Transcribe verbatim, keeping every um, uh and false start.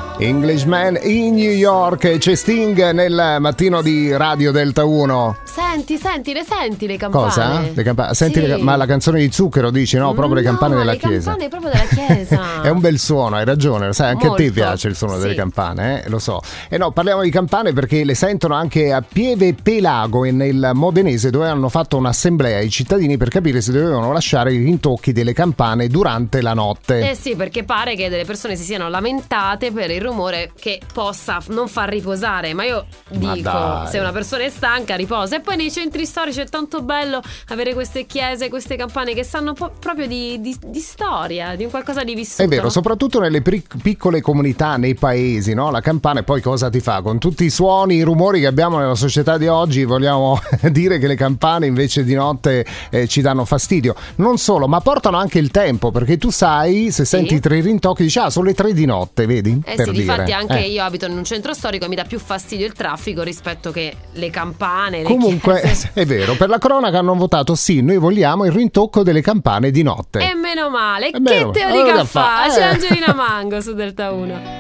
Englishman in New York, c'è Sting nel mattino di Radio Delta uno. Senti, senti, le senti le campane? Cosa? Le campane? Senti, sì. le, ma la canzone di Zucchero dici, no? Proprio le campane no, della le chiesa. Le campane proprio della chiesa. È un bel suono, hai ragione, lo sai, anche Molto. a te piace il suono sì. delle campane, eh? Lo so. E no, parliamo di campane perché le sentono anche a Pieve Pelago e nel Modenese, dove hanno fatto un'assemblea ai cittadini per capire se dovevano lasciare i rintocchi delle campane durante la notte. Eh sì, perché pare che delle persone si siano lamentate per il rumore che possa non far riposare, ma io Ma dico, dai. se una persona è stanca riposa. E poi nei centri storici è tanto bello avere queste chiese, queste campane che sanno po- proprio di, di, di storia, di un qualcosa di vissuto. È vero, soprattutto nelle pic- piccole comunità, nei paesi, no? La campana, e poi cosa ti fa? Con tutti i suoni, i rumori che abbiamo nella società di oggi, vogliamo dire che le campane invece di notte eh, ci danno fastidio. Non solo, ma portano anche il tempo, perché tu sai, se Sì. senti i tre rintocchi, dici, ah, sono le tre di notte, vedi? Eh per sì, dire. difatti anche Eh. io abito in un centro storico e mi dà più fastidio il traffico rispetto che le campane, le Comunque, chiese. è vero, per la cronaca hanno votato sì, noi vogliamo il rintocco delle campane di notte. E meno male, E meno- che allora teorica da fa- fa? C'è eh. Angelina Mango su Delta uno.